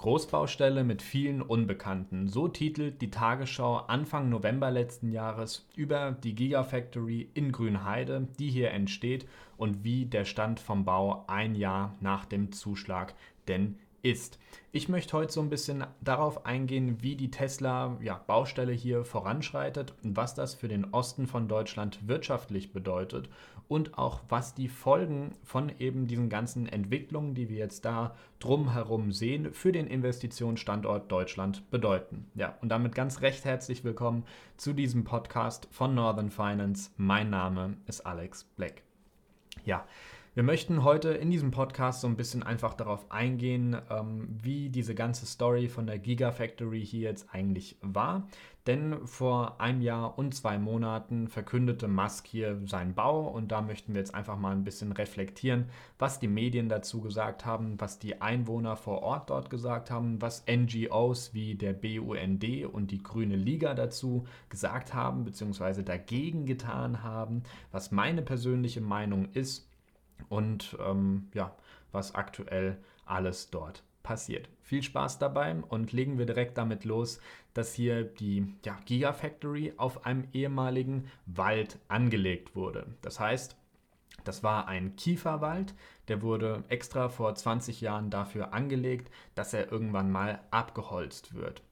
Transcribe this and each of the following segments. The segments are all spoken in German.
Großbaustelle mit vielen Unbekannten. So titelt die Tagesschau Anfang November letzten Jahres über die Gigafactory in Grünheide, die hier entsteht und wie der Stand vom Bau ein Jahr nach dem Zuschlag denn ist. Ich möchte heute so ein bisschen darauf eingehen, wie die Tesla-Baustelle hier voranschreitet und was das für den Osten von Deutschland wirtschaftlich bedeutet und auch was die Folgen von eben diesen ganzen Entwicklungen, die wir jetzt da drumherum sehen, für den Investitionsstandort Deutschland bedeuten. Ja, und damit ganz recht herzlich willkommen zu diesem Podcast von Northern Finance. Mein Name ist Alex Black. Ja, wir möchten heute in diesem Podcast so ein bisschen einfach darauf eingehen, wie diese ganze Story von der Gigafactory hier jetzt eigentlich war. Denn vor einem Jahr und 2 Monaten verkündete Musk hier seinen Bau und da möchten wir jetzt einfach mal ein bisschen reflektieren, was die Medien dazu gesagt haben, was die Einwohner vor Ort dort gesagt haben, was NGOs wie der BUND und die Grüne Liga dazu gesagt haben bzw. dagegen getan haben, was meine persönliche Meinung ist. Und was aktuell alles dort passiert. Viel Spaß dabei und legen wir direkt damit los, dass hier die Gigafactory auf einem ehemaligen Wald angelegt wurde. Das heißt, das war ein Kieferwald, der wurde extra vor 20 Jahren dafür angelegt, dass er irgendwann mal abgeholzt wird.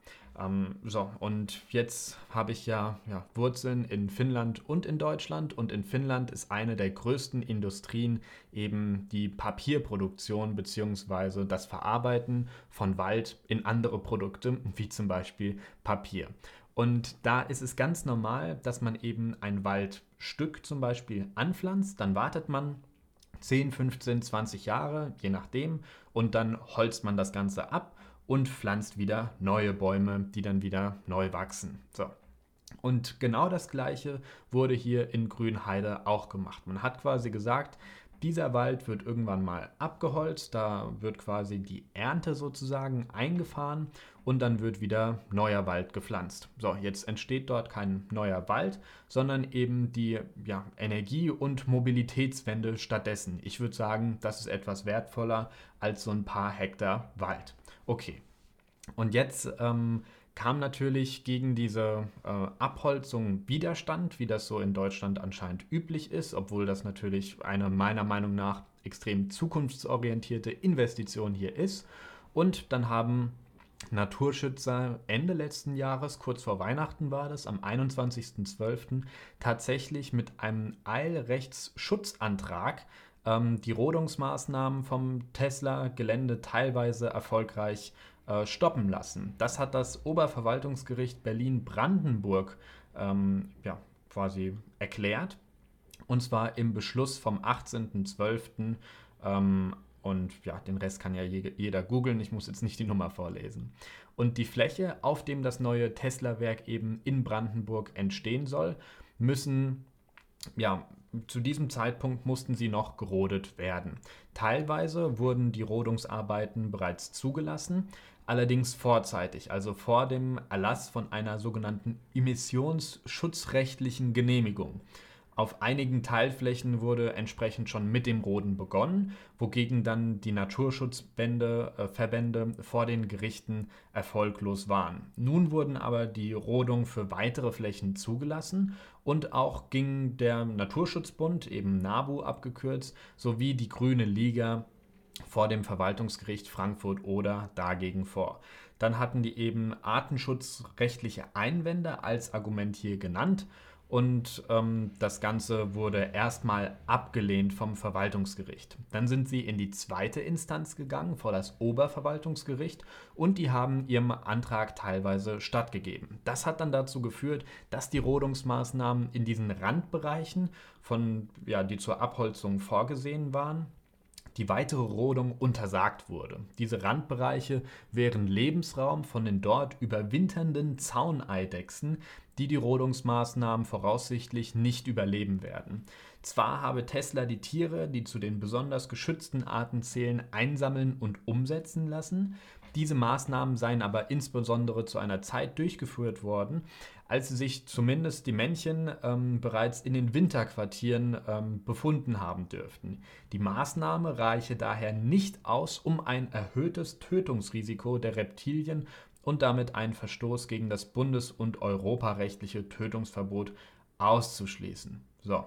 Und jetzt habe ich Wurzeln in Finnland und in Deutschland und in Finnland ist eine der größten Industrien eben die Papierproduktion bzw. das Verarbeiten von Wald in andere Produkte, wie zum Beispiel Papier. Und da ist es ganz normal, dass man eben ein Waldstück zum Beispiel anpflanzt, dann wartet man 10, 15, 20 Jahre, je nachdem, und dann holzt man das Ganze ab und pflanzt wieder neue Bäume, die dann wieder neu wachsen. So. Und genau das Gleiche wurde hier in Grünheide auch gemacht. Man hat quasi gesagt, dieser Wald wird irgendwann mal abgeholzt, da wird quasi die Ernte sozusagen eingefahren und dann wird wieder neuer Wald gepflanzt. So, jetzt entsteht dort kein neuer Wald, sondern eben die Energie- und Mobilitätswende stattdessen. Ich würde sagen, das ist etwas wertvoller als so ein paar Hektar Wald. Okay, und jetzt kam natürlich gegen diese Abholzung Widerstand, wie das so in Deutschland anscheinend üblich ist, obwohl das natürlich eine meiner Meinung nach extrem zukunftsorientierte Investition hier ist. Und dann haben Naturschützer Ende letzten Jahres, kurz vor Weihnachten war das, am 21.12. tatsächlich mit einem Eilrechtsschutzantrag die Rodungsmaßnahmen vom Tesla-Gelände teilweise erfolgreich stoppen lassen. Das hat das Oberverwaltungsgericht Berlin-Brandenburg quasi erklärt. Und zwar im Beschluss vom 18.12. Den Rest kann ja jeder googeln, ich muss jetzt nicht die Nummer vorlesen. Und die Fläche, auf dem das neue Tesla-Werk eben in Brandenburg entstehen soll, zu diesem Zeitpunkt mussten sie noch gerodet werden. Teilweise wurden die Rodungsarbeiten bereits zugelassen, allerdings vorzeitig, also vor dem Erlass von einer sogenannten emissionsschutzrechtlichen Genehmigung. Auf einigen Teilflächen wurde entsprechend schon mit dem Roden begonnen, wogegen dann die Naturschutzverbände vor den Gerichten erfolglos waren. Nun wurden aber die Rodungen für weitere Flächen zugelassen und auch ging der Naturschutzbund, eben NABU abgekürzt, sowie die Grüne Liga vor dem Verwaltungsgericht Frankfurt-Oder dagegen vor. Dann hatten die eben artenschutzrechtliche Einwände als Argument hier genannt. Und das Ganze wurde erstmal abgelehnt vom Verwaltungsgericht. Dann sind sie in die zweite Instanz gegangen, vor das Oberverwaltungsgericht, und die haben ihrem Antrag teilweise stattgegeben. Das hat dann dazu geführt, dass die Rodungsmaßnahmen in diesen Randbereichen, die zur Abholzung vorgesehen waren, die weitere Rodung untersagt wurde. Diese Randbereiche wären Lebensraum von den dort überwinternden Zauneidechsen, die Rodungsmaßnahmen voraussichtlich nicht überleben werden. Zwar habe Tesla die Tiere, die zu den besonders geschützten Arten zählen, einsammeln und umsetzen lassen. Diese Maßnahmen seien aber insbesondere zu einer Zeit durchgeführt worden, als sich zumindest die Männchen bereits in den Winterquartieren befunden haben dürften. Die Maßnahme reiche daher nicht aus, um ein erhöhtes Tötungsrisiko der Reptilien und damit einen Verstoß gegen das bundes- und europarechtliche Tötungsverbot auszuschließen. So.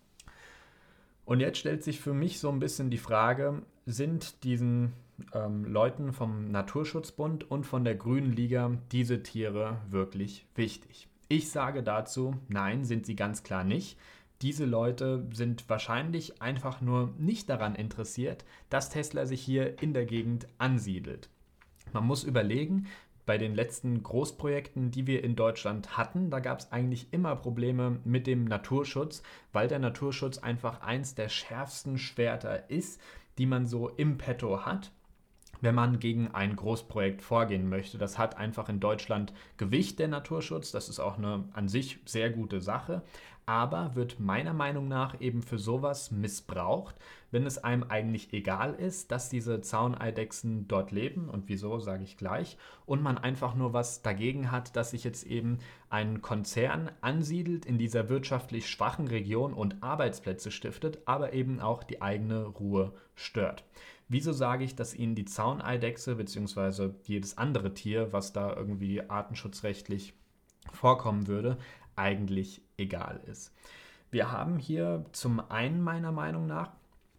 Und jetzt stellt sich für mich so ein bisschen die Frage, sind diesen Leuten vom Naturschutzbund und von der Grünen Liga diese Tiere wirklich wichtig? Ich sage dazu, nein, sind sie ganz klar nicht. Diese Leute sind wahrscheinlich einfach nur nicht daran interessiert, dass Tesla sich hier in der Gegend ansiedelt. Man muss überlegen, bei den letzten Großprojekten, die wir in Deutschland hatten, da gab es eigentlich immer Probleme mit dem Naturschutz, weil der Naturschutz einfach eins der schärfsten Schwerter ist, die man so im Petto hat, wenn man gegen ein Großprojekt vorgehen möchte. Das hat einfach in Deutschland Gewicht, der Naturschutz. Das ist auch eine an sich sehr gute Sache, aber wird meiner Meinung nach eben für sowas missbraucht, wenn es einem eigentlich egal ist, dass diese Zauneidechsen dort leben, und wieso, sage ich gleich, und man einfach nur was dagegen hat, dass sich jetzt eben ein Konzern ansiedelt in dieser wirtschaftlich schwachen Region und Arbeitsplätze stiftet, aber eben auch die eigene Ruhe stört. Wieso sage ich, dass Ihnen die Zauneidechse bzw. jedes andere Tier, was da irgendwie artenschutzrechtlich vorkommen würde, eigentlich egal ist? Wir haben hier zum einen meiner Meinung nach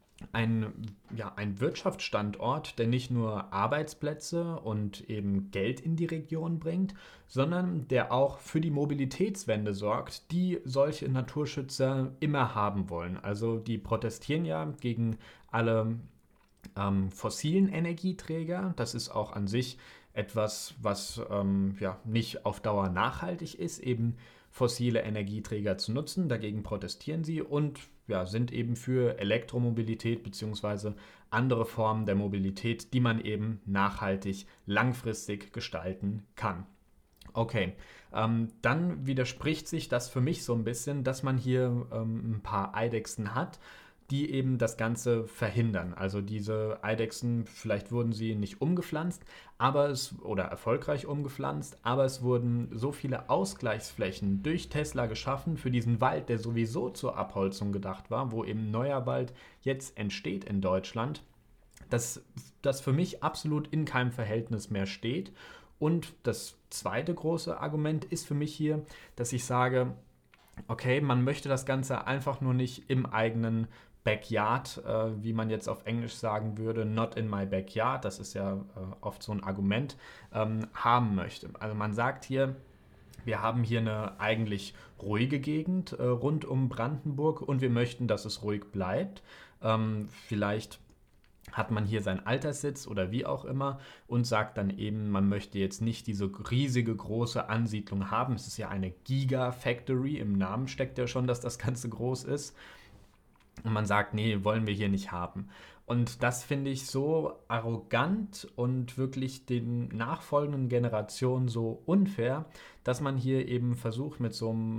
ein Wirtschaftsstandort, der nicht nur Arbeitsplätze und eben Geld in die Region bringt, sondern der auch für die Mobilitätswende sorgt, die solche Naturschützer immer haben wollen. Also die protestieren ja gegen alle fossilen Energieträger. Das ist auch an sich etwas, was nicht auf Dauer nachhaltig ist, eben fossile Energieträger zu nutzen. Dagegen protestieren sie und sind eben für Elektromobilität bzw. andere Formen der Mobilität, die man eben nachhaltig langfristig gestalten kann. Okay, dann widerspricht sich das für mich so ein bisschen, dass man hier ein paar Eidechsen hat, die eben das Ganze verhindern. Also diese Eidechsen, vielleicht wurden sie nicht umgepflanzt, oder erfolgreich umgepflanzt, aber es wurden so viele Ausgleichsflächen durch Tesla geschaffen für diesen Wald, der sowieso zur Abholzung gedacht war, wo eben neuer Wald jetzt entsteht in Deutschland, dass das für mich absolut in keinem Verhältnis mehr steht. Und das zweite große Argument ist für mich hier, dass ich sage, okay, man möchte das Ganze einfach nur nicht im eigenen Backyard, wie man jetzt auf Englisch sagen würde, not in my backyard, das ist ja oft so ein Argument, haben möchte. Also man sagt hier, wir haben hier eine eigentlich ruhige Gegend rund um Brandenburg und wir möchten, dass es ruhig bleibt. Vielleicht hat man hier seinen Alterssitz oder wie auch immer und sagt dann eben, man möchte jetzt nicht diese riesige große Ansiedlung haben. Es ist ja eine Gigafactory, im Namen steckt ja schon, dass das Ganze groß ist. Und man sagt, nee, wollen wir hier nicht haben. Und das finde ich so arrogant und wirklich den nachfolgenden Generationen so unfair, dass man hier eben versucht mit so einem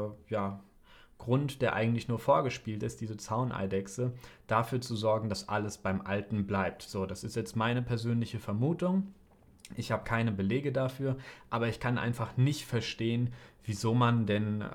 Grund, der eigentlich nur vorgespielt ist, diese Zauneidechse, dafür zu sorgen, dass alles beim Alten bleibt. So, das ist jetzt meine persönliche Vermutung. Ich habe keine Belege dafür, aber ich kann einfach nicht verstehen, wieso man denn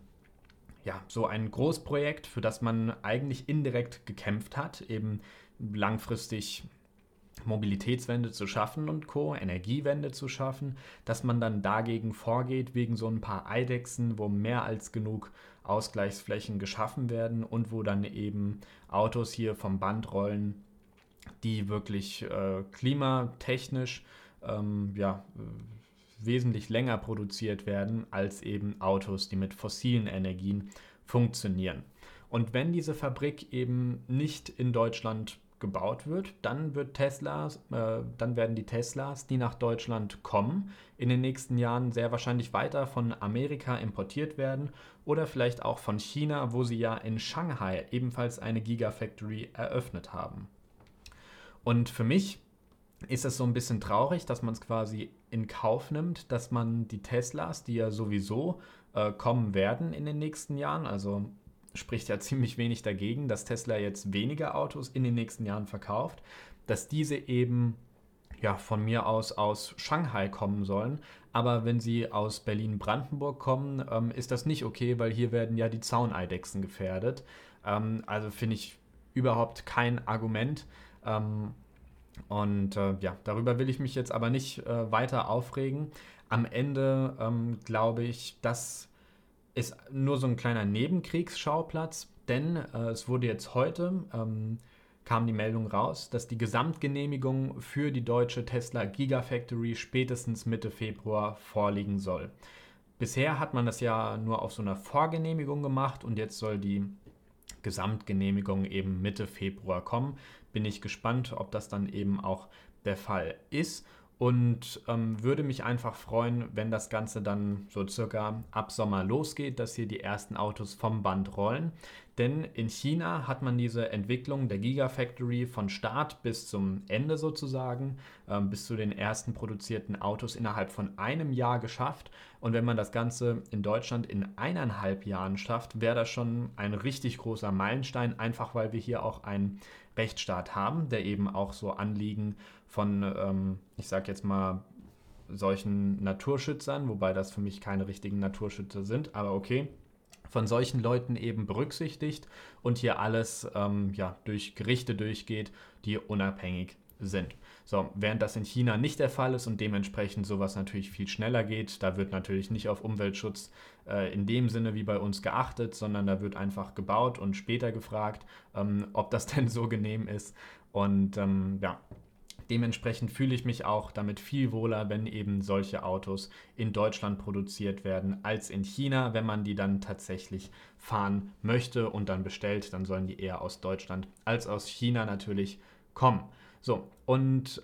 so ein Großprojekt, für das man eigentlich indirekt gekämpft hat, eben langfristig Mobilitätswende zu schaffen und Co., Energiewende zu schaffen, dass man dann dagegen vorgeht, wegen so ein paar Eidechsen, wo mehr als genug Ausgleichsflächen geschaffen werden und wo dann eben Autos hier vom Band rollen, die wirklich klimatechnisch wesentlich länger produziert werden als eben Autos, die mit fossilen Energien funktionieren. Und wenn diese Fabrik eben nicht in Deutschland gebaut wird, dann werden die Teslas, die nach Deutschland kommen, in den nächsten Jahren sehr wahrscheinlich weiter von Amerika importiert werden oder vielleicht auch von China, wo sie ja in Shanghai ebenfalls eine Gigafactory eröffnet haben. Und für mich ist es so ein bisschen traurig, dass man es quasi in Kauf nimmt, dass man die Teslas, die ja sowieso kommen werden in den nächsten Jahren, also spricht ja ziemlich wenig dagegen, dass Tesla jetzt weniger Autos in den nächsten Jahren verkauft, dass diese eben ja, von mir aus Shanghai kommen sollen. Aber wenn sie aus Berlin-Brandenburg kommen, ist das nicht okay, weil hier werden ja die Zauneidechsen gefährdet. Also finde ich überhaupt kein Argument. Ähm, ja, darüber will ich mich jetzt aber nicht weiter aufregen. Am Ende glaube ich, das ist nur so ein kleiner Nebenkriegsschauplatz, denn es wurde jetzt heute, kam die Meldung raus, dass die Gesamtgenehmigung für die deutsche Tesla Gigafactory spätestens Mitte Februar vorliegen soll. Bisher hat man das ja nur auf so einer Vorgenehmigung gemacht und jetzt soll die Gesamtgenehmigung eben Mitte Februar kommen. Bin ich gespannt, ob das dann eben auch der Fall ist und würde mich einfach freuen, wenn das Ganze dann so circa ab Sommer losgeht, dass hier die ersten Autos vom Band rollen. Denn in China hat man diese Entwicklung der Gigafactory von Start bis zum Ende sozusagen, bis zu den ersten produzierten Autos innerhalb von einem Jahr geschafft. Und wenn man das Ganze in Deutschland in 1,5 Jahren schafft, wäre das schon ein richtig großer Meilenstein, einfach weil wir hier auch einen Rechtsstaat haben, der eben auch so Anliegen von, ich sag jetzt mal, solchen Naturschützern, wobei das für mich keine richtigen Naturschützer sind, aber okay, von solchen Leuten eben berücksichtigt und hier alles ja, durch Gerichte durchgeht, die unabhängig sind. So, während das in China nicht der Fall ist und dementsprechend sowas natürlich viel schneller geht, da wird natürlich nicht auf Umweltschutz in dem Sinne wie bei uns geachtet, sondern da wird einfach gebaut und später gefragt, ob das denn so genehm ist. Und ja, dementsprechend fühle ich mich auch damit viel wohler, wenn eben solche Autos in Deutschland produziert werden, als in China. Wenn man die dann tatsächlich fahren möchte und dann bestellt, dann sollen die eher aus Deutschland als aus China natürlich kommen. So, und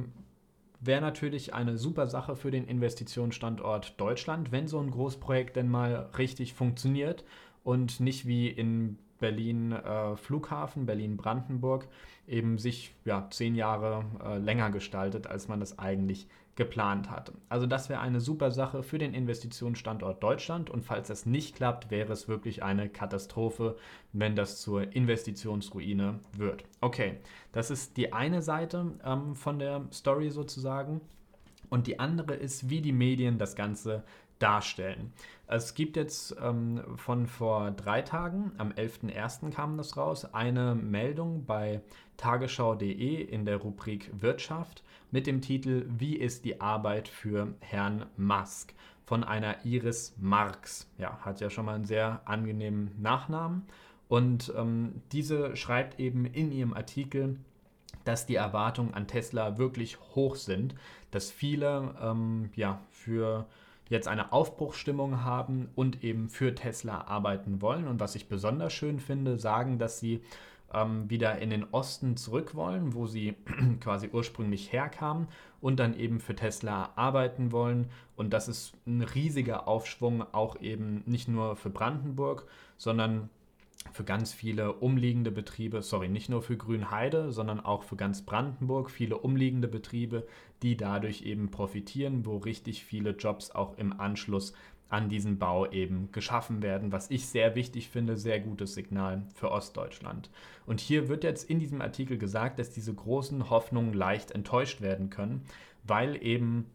wäre natürlich eine super Sache für den Investitionsstandort Deutschland, wenn so ein Großprojekt denn mal richtig funktioniert und nicht wie in Berlin Flughafen, Berlin-Brandenburg, eben sich ja 10 Jahre länger gestaltet, als man das eigentlich geplant hatte. Also das wäre eine super Sache für den Investitionsstandort Deutschland und falls das nicht klappt, wäre es wirklich eine Katastrophe, wenn das zur Investitionsruine wird. Okay, das ist die eine Seite von der Story sozusagen. Und die andere ist, wie die Medien das Ganze darstellen. Es gibt jetzt von vor 3 Tagen, am 11.01. kam das raus, eine Meldung bei tagesschau.de in der Rubrik Wirtschaft mit dem Titel Wie ist die Arbeit für Herrn Musk von einer Iris Marx. Ja, hat ja schon mal einen sehr angenehmen Nachnamen. Und diese schreibt eben in ihrem Artikel, dass die Erwartungen an Tesla wirklich hoch sind, dass viele ja, für jetzt eine Aufbruchsstimmung haben und eben für Tesla arbeiten wollen. Und was ich besonders schön finde, sagen, dass sie wieder in den Osten zurück wollen, wo sie quasi ursprünglich herkamen und dann eben für Tesla arbeiten wollen. Und das ist ein riesiger Aufschwung, auch eben nicht nur für Brandenburg, sondern für ganz viele umliegende Betriebe, sorry, nicht nur für Grünheide, sondern auch für ganz Brandenburg, viele umliegende Betriebe, die dadurch eben profitieren, wo richtig viele Jobs auch im Anschluss an diesen Bau eben geschaffen werden, was ich sehr wichtig finde, sehr gutes Signal für Ostdeutschland. Und hier wird jetzt in diesem Artikel gesagt, dass diese großen Hoffnungen leicht enttäuscht werden können, weil eben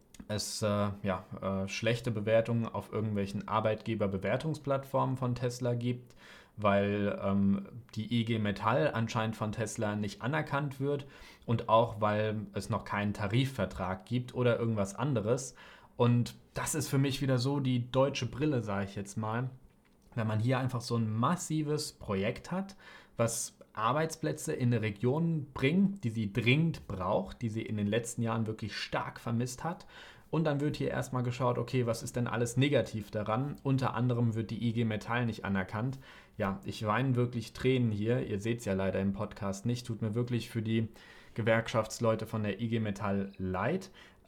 es schlechte Bewertungen auf irgendwelchen Arbeitgeberbewertungsplattformen von Tesla gibt, weil die IG Metall anscheinend von Tesla nicht anerkannt wird und auch weil es noch keinen Tarifvertrag gibt oder irgendwas anderes. Und das ist für mich wieder so die deutsche Brille, sage ich jetzt mal, wenn man hier einfach so ein massives Projekt hat, was Arbeitsplätze in eine Region bringt, die sie dringend braucht, die sie in den letzten Jahren wirklich stark vermisst hat. Und dann wird hier erstmal geschaut, okay, was ist denn alles negativ daran? Unter anderem wird die IG Metall nicht anerkannt. Ja, ich weine wirklich Tränen hier. Ihr seht es ja leider im Podcast nicht. Tut mir wirklich für die Gewerkschaftsleute von der IG Metall leid.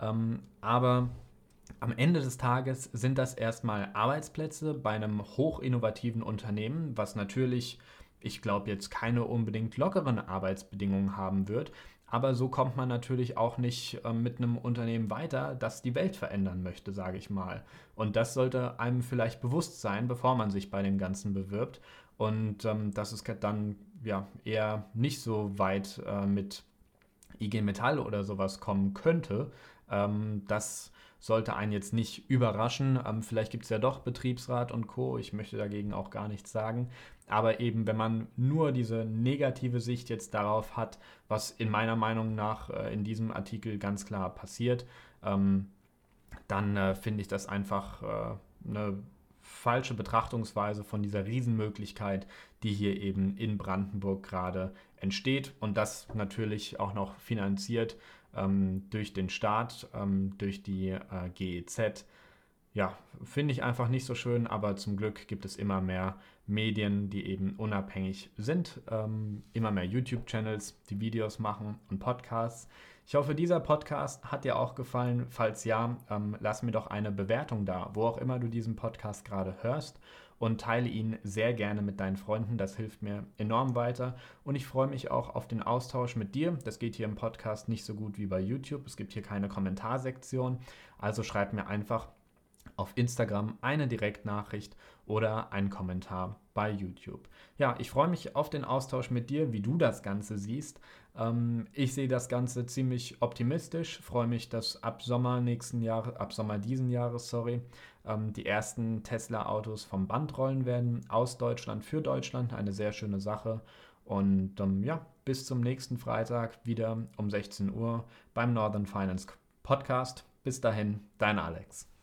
Aber am Ende des Tages sind das erstmal Arbeitsplätze bei einem hochinnovativen Unternehmen, was natürlich, ich glaube, jetzt keine unbedingt lockeren Arbeitsbedingungen haben wird, Aber so kommt man natürlich auch nicht mit einem Unternehmen weiter, das die Welt verändern möchte, sage ich mal. Und das sollte einem vielleicht bewusst sein, bevor man sich bei dem Ganzen bewirbt. Und dass es dann ja eher nicht so weit mit IG Metall oder sowas kommen könnte, das sollte einen jetzt nicht überraschen. Vielleicht gibt es ja doch Betriebsrat und Co. Ich möchte dagegen auch gar nichts sagen. Aber eben, wenn man nur diese negative Sicht jetzt darauf hat, was in meiner Meinung nach in diesem Artikel ganz klar passiert, dann finde ich das einfach eine falsche Betrachtungsweise von dieser Riesenmöglichkeit, die hier eben in Brandenburg gerade entsteht und das natürlich auch noch finanziert durch den Staat, durch die GEZ. Ja, finde ich einfach nicht so schön, aber zum Glück gibt es immer mehr Medien, die eben unabhängig sind, immer mehr YouTube-Channels, die Videos machen und Podcasts. Ich hoffe, dieser Podcast hat dir auch gefallen. Falls ja, lass mir doch eine Bewertung da, wo auch immer du diesen Podcast gerade hörst und teile ihn sehr gerne mit deinen Freunden. Das hilft mir enorm weiter und ich freue mich auch auf den Austausch mit dir. Das geht hier im Podcast nicht so gut wie bei YouTube. Es gibt hier keine Kommentarsektion, also schreib mir einfach auf Instagram eine Direktnachricht oder einen Kommentar bei YouTube. Ja, ich freue mich auf den Austausch mit dir, wie du das Ganze siehst. Ich sehe das Ganze ziemlich optimistisch, freue mich, dass ab Sommer diesen Jahres, die ersten Tesla-Autos vom Band rollen werden, aus Deutschland für Deutschland, eine sehr schöne Sache. Und ja, bis zum nächsten Freitag wieder um 16 Uhr beim Northern Finance Podcast. Bis dahin, dein Alex.